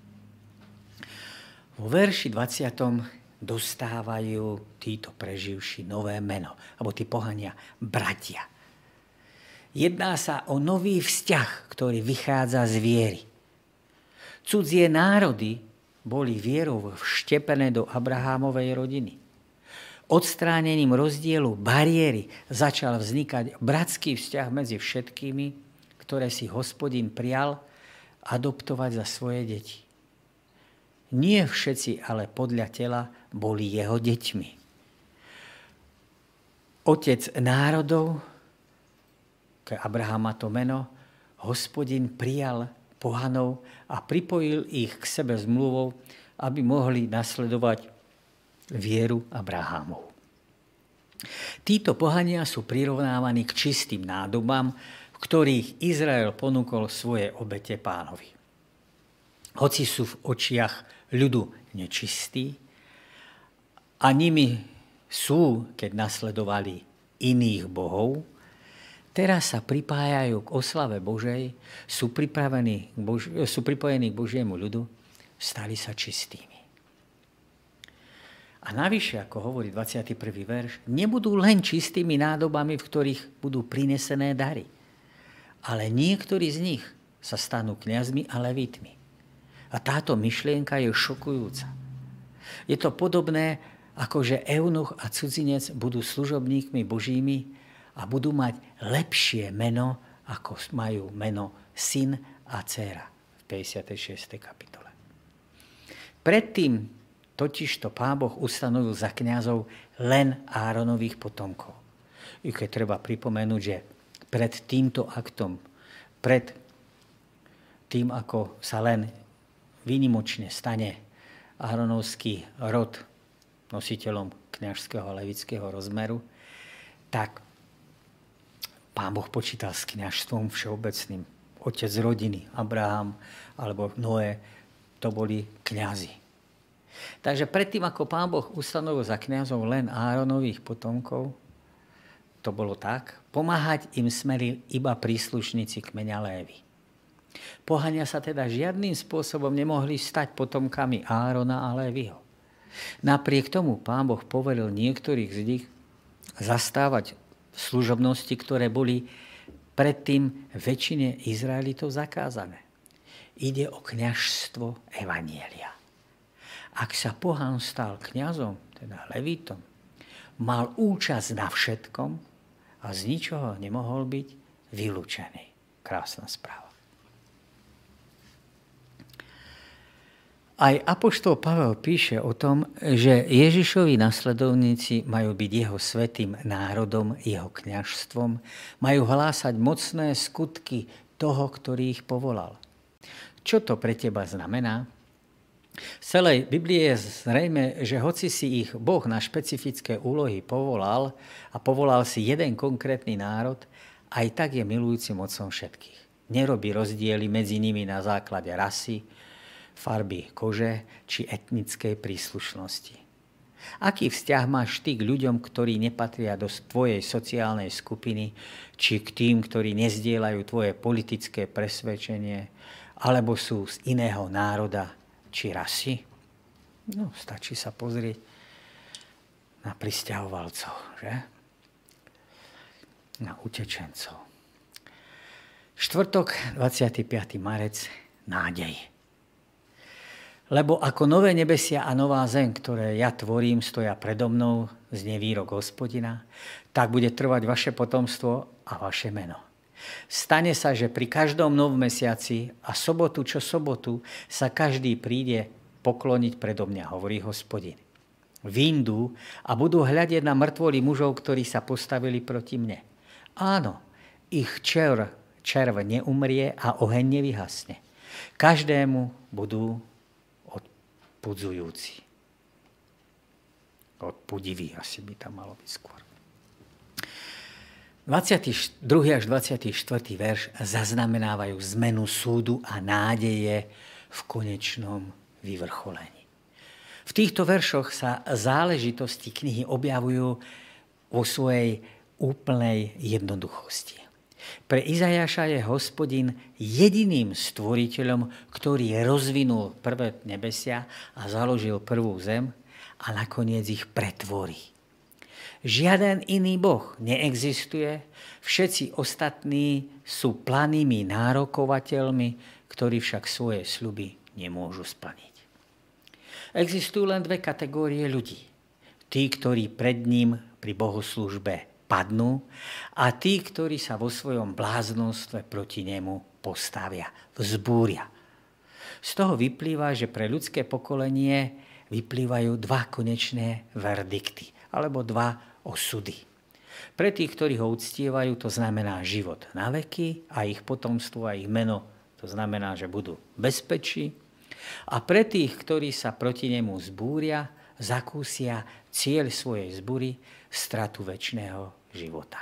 Vo verši dvadsiatom dostávajú títo preživší nové meno, alebo tí pohania bratia. Jedná sa o nový vzťah, ktorý vychádza z viery. Cudzie národy boli vierou vštepené do Abrahámovej rodiny. Odstránením rozdielu bariéry začal vznikať bratský vzťah medzi všetkými, ktoré si Hospodin prial adoptovať za svoje deti. Nie všetci, ale podľa tela boli jeho deťmi. Otec národov, ke Abrahama to meno, Hospodin prijal pohanov a pripojil ich k sebe zmluvou, aby mohli nasledovať vieru Abrahámov. Títo pohania sú prirovnávaní k čistým nádobám, v ktorých Izrael ponúkol svoje obete Pánovi. Hoci sú v očiach ľudu nečistí a nimi sú, keď nasledovali iných bohov, teraz sa pripájajú k oslave Božej, sú, pripravení, sú pripojení k Božiemu ľudu, stali sa čistými. A navyše, ako hovorí dvadsiaty prvý verš, nebudú len čistými nádobami, v ktorých budú prinesené dary, ale niektorí z nich sa stanú kňazmi a levitmi. A táto myšlienka je šokujúca. Je to podobné, ako že eunuch a cudzinec budú služobníkmi Božími a budú mať lepšie meno, ako majú meno syn a dcéra v päťdesiatej šiestej kapitole. Predtým totižto Pán Boh ustanovil za kňazov len Áronových potomkov. I keď treba pripomenúť, že pred týmto aktom, pred tým, ako sa len výnimočne stane Áronovský rod nositeľom kňažského a levického rozmeru, tak Pán Boh počítal s kňažstvom všeobecným. Otec rodiny, Abraham alebo Noé, to boli kňazi. Takže predtým, ako Pán Boh ustanovil za kňazov len Áronových potomkov, to bolo tak, pomáhať im smeli iba príslušníci kmeňa Lévy. Pohania sa teda žiadnym spôsobom nemohli stať potomkami Árona a Lévyho. Napriek tomu Pán Boh poveril niektorých z nich zastávať služobnosti, ktoré boli predtým väčšine Izraelitov zakázané. Ide o kňažstvo evanjelia. Ak sa pohan stal kňazom, teda levítom, mal účasť na všetkom a z ničoho nemohol byť vylúčený. Krásna správa. Aj apoštol Pavel píše o tom, že Ježišovi nasledovníci majú byť jeho svätým národom, jeho kňažstvom, majú hlásať mocné skutky toho, ktorý ich povolal. Čo to pre teba znamená? Z celej Biblie je zrejme, že hoci si ich Boh na špecifické úlohy povolal a povolal si jeden konkrétny národ, aj tak je milujúcim otcom všetkých. Nerobí rozdiely medzi nimi na základe rasy, farby kože či etnickej príslušnosti. Aký vzťah máš ty k ľuďom, ktorí nepatria do tvojej sociálnej skupiny, či k tým, ktorí nezdieľajú tvoje politické presvedčenie, alebo sú z iného národa či rasy? No, stačí sa pozrieť na prisťahovalcov, že? Na utečencov. Štvrtok, dvadsiateho piateho marec, nádej. Lebo ako nové nebesia a nová zem, ktoré ja tvorím, stoja predo mnou, znie výrok Hospodina, tak bude trvať vaše potomstvo a vaše meno. Stane sa, že pri každom novom mesiaci a sobotu čo sobotu sa každý príde pokloniť predo mňa, hovorí Hospodin. Vyjdú a budú hľadieť na mŕtvoly mužov, ktorí sa postavili proti mne. Áno, ich červ, červ neumrie a oheň nevyhasne. Každému budú odpudzujúci. Odpudivý asi by tam malo byť skôr. dvadsiaty druhý až dvadsiaty štvrtý verš zaznamenávajú zmenu súdu a nádeje v konečnom vyvrcholení. V týchto veršoch sa záležitosti knihy objavujú vo svojej úplnej jednoduchosti. Pre Izajaša je Hospodin jediným stvoriteľom, ktorý rozvinul prvé nebesia a založil prvú zem a nakoniec ich pretvorí. Žiaden iný Boh neexistuje, všetci ostatní sú planými nárokovateľmi, ktorí však svoje sľuby nemôžu splniť. Existujú len dve kategórie ľudí. Tí, ktorí pred ním pri bohoslúžbe padnú a tí, ktorí sa vo svojom bláznostve proti nemu postavia, vzbúria. Z toho vyplýva, že pre ľudské pokolenie vyplývajú dva konečné verdikty, alebo dva osudy. Pre tých, ktorí ho uctievajú, to znamená život na veky a ich potomstvo a ich meno, to znamená, že budú bezpečí. A pre tých, ktorí sa proti nemu zbúria, zakúsia cieľ svojej zbúry, stratu večného života.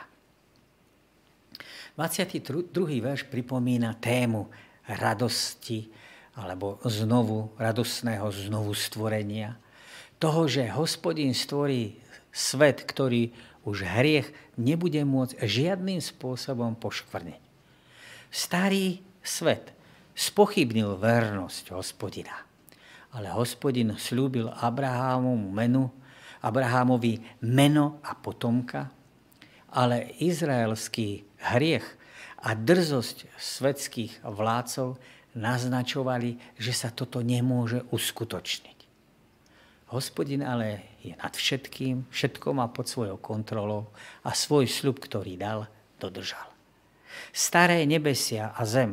dvadsiaty druhý verš pripomína tému radosti alebo znovu, radostného znovu stvorenia. Toho, že Hospodin stvorí svet, ktorý už hriech nebude môcť žiadnym spôsobom poškvrniť. Starý svet spochybnil vernosť Hospodina. Ale Hospodin sľúbil Abrahámovi meno, Abrahámovi meno a potomka, ale izraelský hriech a drzosť svetských vládcov naznačovali, že sa toto nemôže uskutočniť. Hospodin ale je nad všetkým, všetko má pod svojou kontrolou a svoj sľub, ktorý dal, dodržal. Staré nebesia a zem,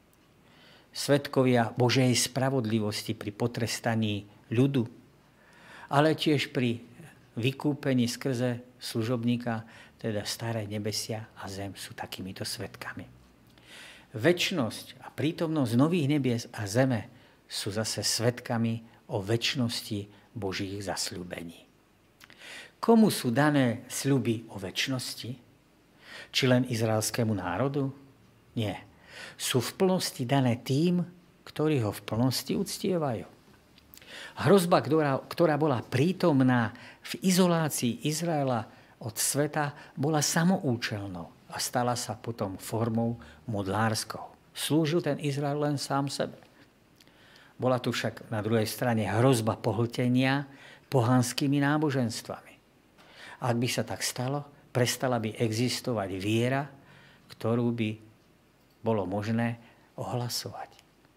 svedkovia Božej spravodlivosti pri potrestaní ľudu, ale tiež pri vykúpení skrze služobníka, teda staré nebesia a zem sú takýmito svedkami. Večnosť a prítomnosť nových nebies a zeme sú zase svedkami o večnosti Božích zasľúbení. Komu sú dané sľuby o večnosti? Či len izraelskému národu? Nie. Sú v plnosti dané tým, ktorí ho v plnosti uctievajú. Hrozba, ktorá, ktorá bola prítomná v izolácii Izraela od sveta, bola samoučelnou a stala sa potom formou modlárskou. Slúžil ten Izrael len sám sebe. Bola tu však na druhej strane hrozba pohltenia pohanskými náboženstvami. Ak by sa tak stalo, prestala by existovať viera, ktorú by bolo možné ohlasovať.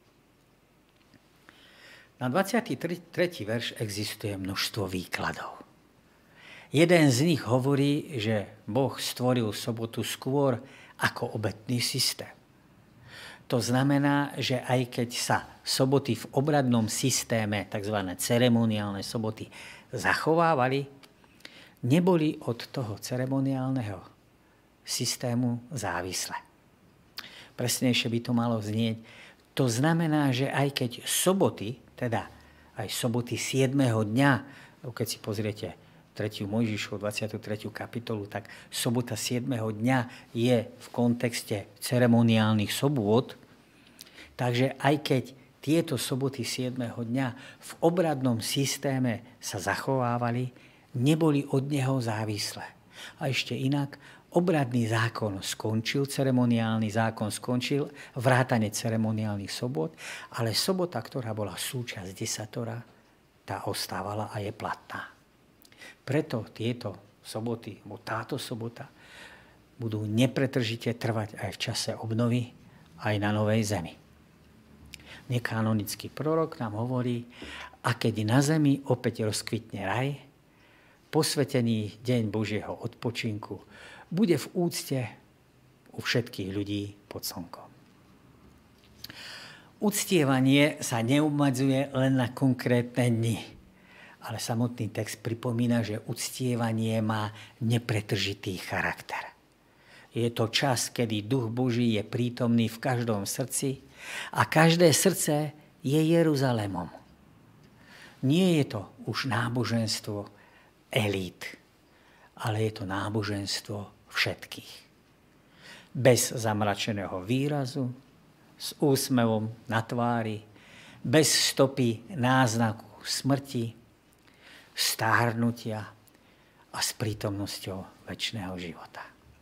Na dvadsiaty tretí verš existuje množstvo výkladov. Jeden z nich hovorí, že Boh stvoril sobotu skôr ako obetný systém. To znamená, že aj keď sa soboty v obradnom systéme, tzv. Ceremoniálne soboty, zachovávali, neboli od toho ceremoniálneho systému závislé. Presnejšie by to malo znieť. To znamená, že aj keď soboty, teda aj soboty siedmeho dňa, keď si pozriete tretiu Mojžišovu dvadsiatu tretiu kapitolu, tak sobota siedmeho dňa je v kontexte ceremoniálnych sobôt. Takže aj keď tieto soboty siedmeho dňa v obradnom systéme sa zachovávali, neboli od neho závislé. A ešte inak, obradný zákon skončil, ceremoniálny zákon skončil, vrátane ceremoniálnych sobot, ale sobota, ktorá bola súčasť desatora, tá ostávala a je platná. Preto tieto soboty, alebo táto sobota, budú nepretržite trvať aj v čase obnovy, aj na novej zemi. Nekanonický prorok nám hovorí, a keď na zemi opäť rozkvitne raj, posvetený deň Božieho odpočinku bude v úcte u všetkých ľudí pod slnkom. Uctievanie sa neobmedzuje len na konkrétne dni, ale samotný text pripomína, že uctievanie má nepretržitý charakter. Je to čas, kedy Duch Boží je prítomný v každom srdci a každé srdce je Jeruzalémom. Nie je to už náboženstvo elít, ale je to náboženstvo všetkých. Bez zamračeného výrazu, s úsmevom na tvári, bez stopy náznaku smrti, stárnutia a s prítomnosťou večného života.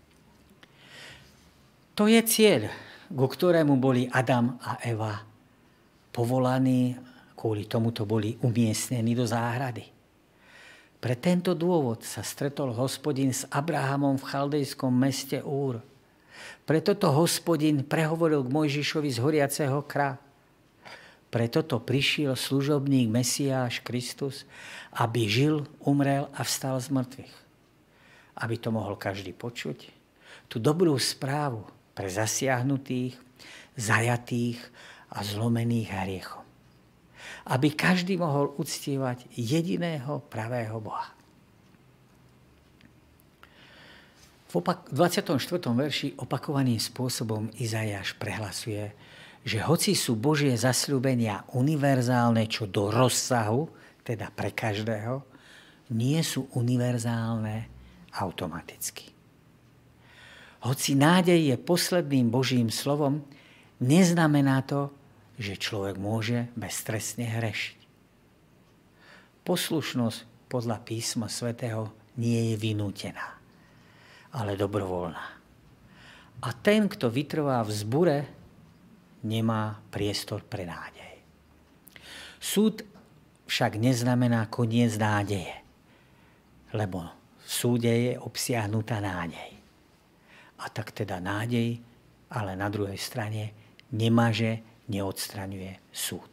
To je cieľ, ku ktorému boli Adam a Eva povolaní, kvôli tomuto boli umiestnení do záhrady. Pre tento dôvod sa stretol Hospodin s Abrahamom v chaldejskom meste Úr. Preto to Hospodin prehovoril k Mojžišovi z horiaceho kra. Preto to prišiel služobník Mesiáš Kristus, aby žil, umrel a vstal z mŕtvych. Aby to mohol každý počuť, tú dobrú správu pre zasiahnutých, zajatých a zlomených hriechom. Aby každý mohol uctievať jediného pravého Boha. V dvadsiatom štvrtom verši opakovaným spôsobom Izaiáš prehlasuje, že hoci sú Božie zasľúbenia univerzálne čo do rozsahu, teda pre každého, nie sú univerzálne automaticky. Hoci nádej je posledným Božím slovom, neznamená to, že človek môže beztrestne hrešiť. Poslušnosť podľa písma svätého nie je vynútená, ale dobrovoľná. A ten, kto vytrvá v zbure, nemá priestor pre nádej. Súd však neznamená koniec nádeje, lebo v súde je obsiahnutá nádej. A tak teda nádej, ale na druhej strane nemaže, neodstraňuje súd.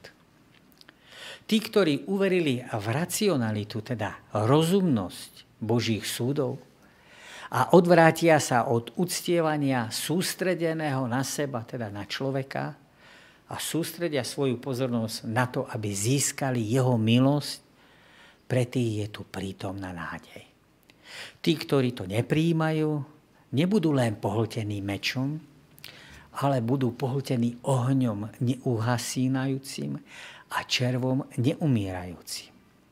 Tí, ktorí uverili v racionalitu, teda rozumnosť Božích súdov a odvrátia sa od uctievania sústredeného na seba, teda na človeka, a sústredia svoju pozornosť na to, aby získali jeho milosť, pre tých je tu prítomná nádej. Tí, ktorí to neprijímajú, nebudú len pohltení mečom, ale budú pohltení ohňom neuhasínajúcim a červom neumierajúcim.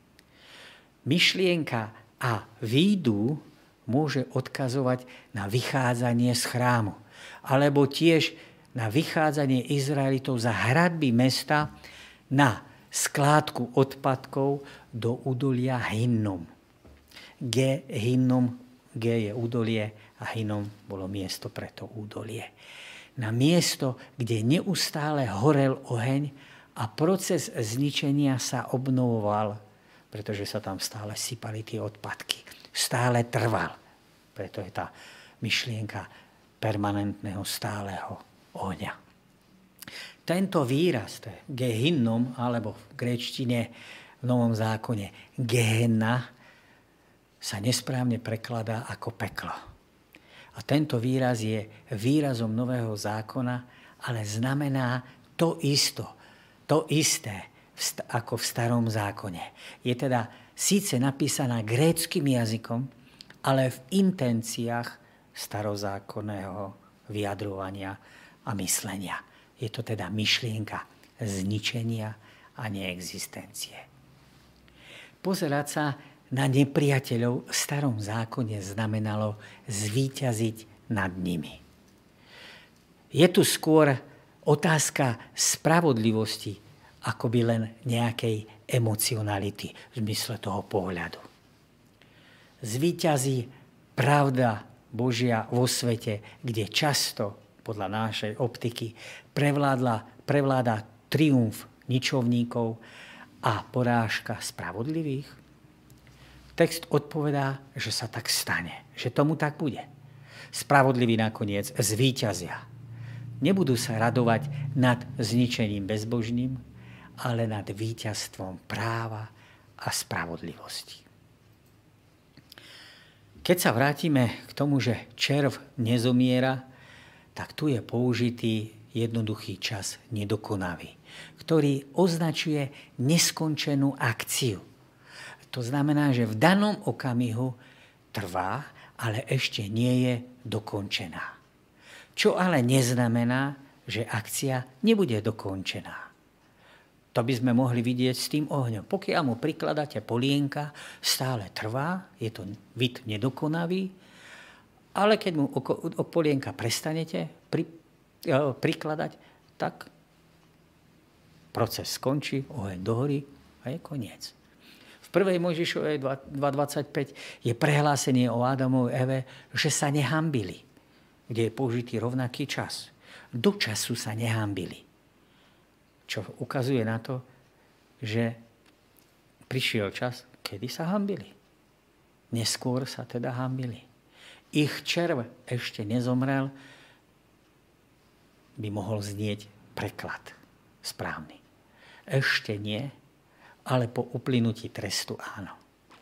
Myšlienka a výjdu môže odkazovať na vychádzanie z chrámu, alebo tiež na vychádzanie Izraelitov za hradby mesta na skládku odpadkov do údolia Hinnom. G, Hinnom, G je údolie a Hinnom bolo miesto pre to údolie. Na miesto, kde neustále horel oheň a proces zničenia sa obnovoval, pretože sa tam stále sypali tie odpadky. Stále trval. Preto je tá myšlienka permanentného stáleho ohňa. Tento výraz, to je Gehinnom, alebo v gréčtine v Novom zákone Gehenna, sa nesprávne prekladá ako peklo. A tento výraz je výrazom Nového zákona, ale znamená to isto, to isté, ako v Starom zákone. Je teda síce napísaná gréckym jazykom, ale v intenciách starozákonného vyjadrovania a myslenia. Je to teda myšlienka zničenia a neexistencie. Pozerať sa na nepriateľov v Starom zákone znamenalo zvíťaziť nad nimi. Je tu skôr otázka spravodlivosti akoby len nejakej emocionality v zmysle toho pohľadu. Zvíťazí pravda Božia vo svete, kde často, podľa našej optiky, prevládla, prevláda triumf ničovníkov a porážka spravodlivých? Text odpovedá, že sa tak stane, že tomu tak bude. Spravodliví nakoniec zvíťazia. Nebudú sa radovať nad zničením bezbožným, ale nad víťazstvom práva a spravodlivosti. Keď sa vrátime k tomu, že červ nezomiera, tak tu je použitý jednoduchý čas nedokonavý, ktorý označuje neskončenú akciu. To znamená, že v danom okamihu trvá, ale ešte nie je dokončená. Čo ale neznamená, že akcia nebude dokončená. To by sme mohli vidieť s tým ohňom. Pokiaľ mu prikladáte polienka, stále trvá, je to vid nedokonavý, ale keď mu o polienka prestanete pri, e, prikladať, tak proces skončí, oheň dohorí a je koniec. V prvej Mojžišovej dva dvadsaťpäť je prehlásenie o Ádamovi Eve, že sa nehambili, kde je použitý rovnaký čas. Do času sa nehambili. Čo ukazuje na to, že prišiel čas, kedy sa hambili. Neskôr sa teda hambili. Ich červ ešte nezomrel, by mohol znieť preklad správny. Ešte nie, ale po uplynutí trestu áno.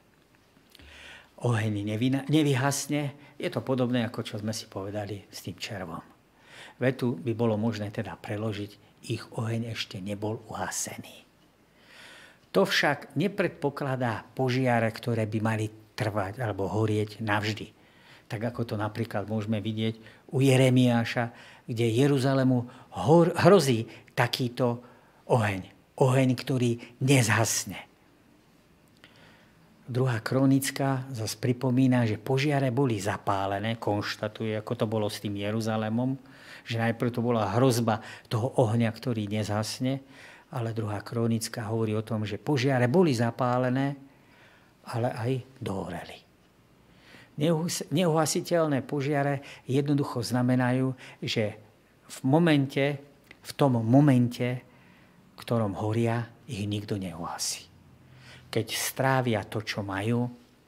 Oheň nevyhasne, je to podobné, ako čo sme si povedali s tým červom. Vetu by bolo možné teda preložiť, ich oheň ešte nebol uhasený. To však nepredpokladá požiare, ktoré by mali trvať alebo horieť navždy. Tak ako to napríklad môžeme vidieť u Jeremiáša, kde Jeruzalému hor- hrozí takýto oheň. Oheň, ktorý nezhasne. Druhá Kronická zase pripomína, že požiare boli zapálené, konštatuje, ako to bolo s tým Jeruzalémom, že najprv to bola hrozba toho ohňa, ktorý nezhasne, ale druhá Kronická hovorí o tom, že požiare boli zapálené, ale aj dohoreli. Neuhasiteľné požiare jednoducho znamenajú, že v momente, v tom momente, v ktorom horia, ich nikto neuhasí. Keď strávia to, čo majú,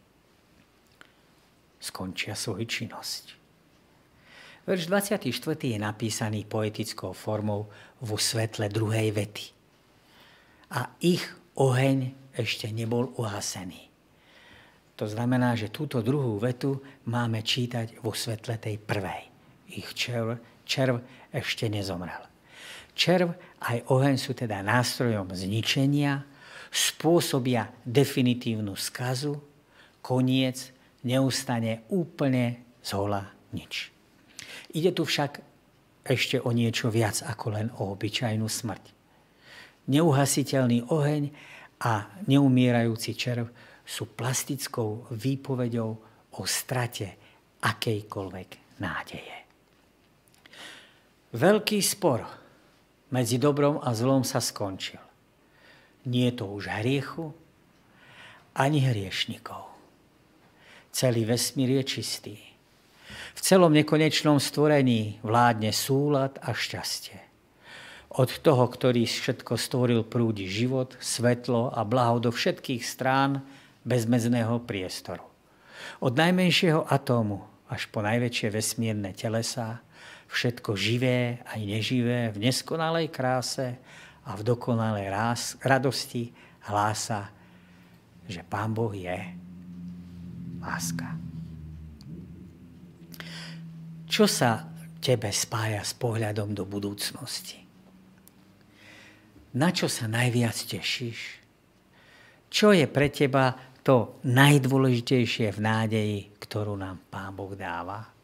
skončia svoju činnosť. Verš dvadsiaty štvrtý je napísaný poetickou formou vo svetle druhej vety. A ich oheň ešte nebol uhasený. To znamená, že túto druhú vetu máme čítať vo svetle tej prvej. Ich červ, červ ešte nezomrel. Červ aj oheň sú teda nástrojom zničenia, spôsobia definitívnu skazu, koniec, neustane úplne zhola nič. Ide tu však ešte o niečo viac ako len o obyčajnú smrť. Neuhasiteľný oheň a neumierajúci červ sú plastickou výpovedou o strate akejkoľvek nádeje. Veľký spor medzi dobrom a zlom sa skončil. Nie je to už hriechu, ani hriešnikov. Celý vesmír je čistý. V celom nekonečnom stvorení vládne súlad a šťastie. Od toho, ktorý všetko stvoril, prúdi život, svetlo a blaho do všetkých strán bezmedzného priestoru. Od najmenšieho atómu až po najväčšie vesmírne telesá, všetko živé aj neživé v neskonalej kráse a v dokonalej radosti hlása, že Pán Boh je láska. Čo sa tebe spája s pohľadom do budúcnosti? Na čo sa najviac tešíš? Čo je pre teba to najdôležitejšie v nádeji, ktorú nám Pán Boh dáva?